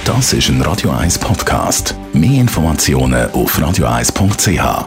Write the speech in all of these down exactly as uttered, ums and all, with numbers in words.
Das ist ein Radio eins Podcast. Mehr Informationen auf radio eins punkt c h.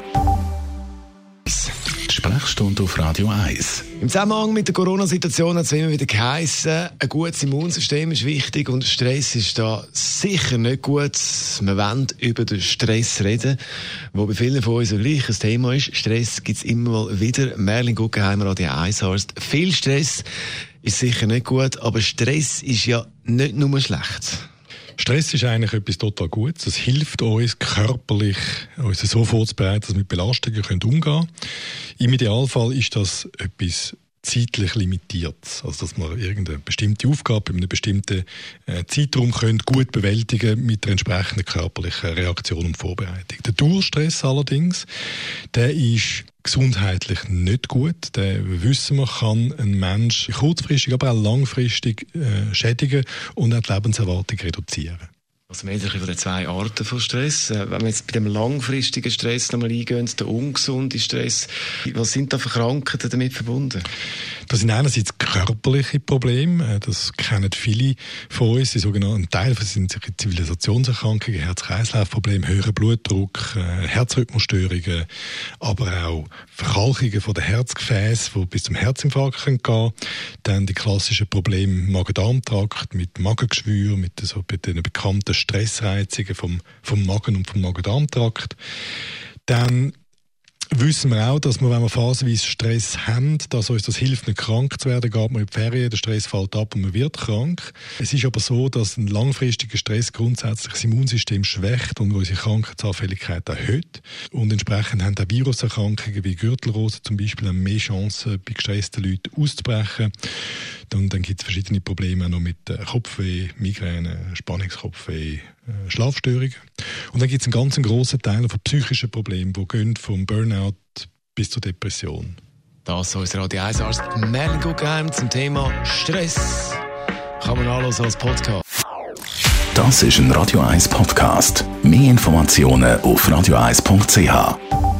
Sprechstunde auf Radio eins. Im Zusammenhang mit der Corona-Situation hat es immer wieder geheissen, ein gutes Immunsystem ist wichtig und Stress ist da sicher nicht gut. Wir wollen über den Stress reden, wo bei vielen von uns ein gleiches Thema ist. Stress gibt es immer mal wieder. Merlin Guggenheimer, Radio eins Arzt. Viel Stress ist sicher nicht gut, aber Stress ist ja nicht nur schlecht. Stress ist eigentlich etwas total Gutes. Es hilft uns körperlich, uns so vorzubereiten, dass wir mit Belastungen umgehen können. Im Idealfall ist das etwas zeitlich limitiert. Also, dass man irgendeine bestimmte Aufgabe in einem bestimmten äh, Zeitraum können gut bewältigen mit der entsprechenden körperlichen Reaktion und Vorbereitung. Der Dauerstress allerdings, der ist gesundheitlich nicht gut. Der wissen wir, kann ein Mensch kurzfristig, aber auch langfristig äh, schädigen und auch die Lebenserwartung reduzieren. Also wir reden von den zwei Arten von Stress. Wenn wir jetzt bei dem langfristigen Stress nochmal eingehen, der ungesunde Stress, was sind da für Krankheiten damit verbunden? Das sind einerseits körperliche Probleme, das kennen viele von uns, die sogenannten Teile sind Zivilisationserkrankungen, Herz-Kreislauf-Probleme, höherer Blutdruck, Herzrhythmusstörungen, aber auch Verkalkungen von den Herzgefäßen, die bis zum Herzinfarkt gehen können. Dann die klassischen Probleme im Magen-Darm-Trakt mit Magengeschwür, mit so den bekannten Stressreizungen vom, vom Magen und vom Magen-Darm-Trakt. Dann wissen wir auch, dass wir, wenn wir phasenweise Stress haben, dass uns das hilft, nicht krank zu werden. Geht man in die Ferien, der Stress fällt ab und man wird krank. Es ist aber so, dass ein langfristiger Stress grundsätzlich das Immunsystem schwächt und unsere Krankheitsanfälligkeit erhöht. Und entsprechend haben auch Viruserkrankungen wie Gürtelrose zum Beispiel mehr Chancen, bei gestressten Leuten auszubrechen. Und dann gibt es verschiedene Probleme auch noch mit Kopfweh, Migräne, Spannungskopfweh, Schlafstörungen. Und dann gibt es einen ganz grossen Teil von psychischen Problemen, die gehen vom Burnout bis zur Depression. Das ist unser Radio eins Arzt Merlin Guggenheim zum Thema Stress. Kann man anhören als Podcast. Das ist ein Radio eins Podcast. Mehr Informationen auf radio eins punkt c h.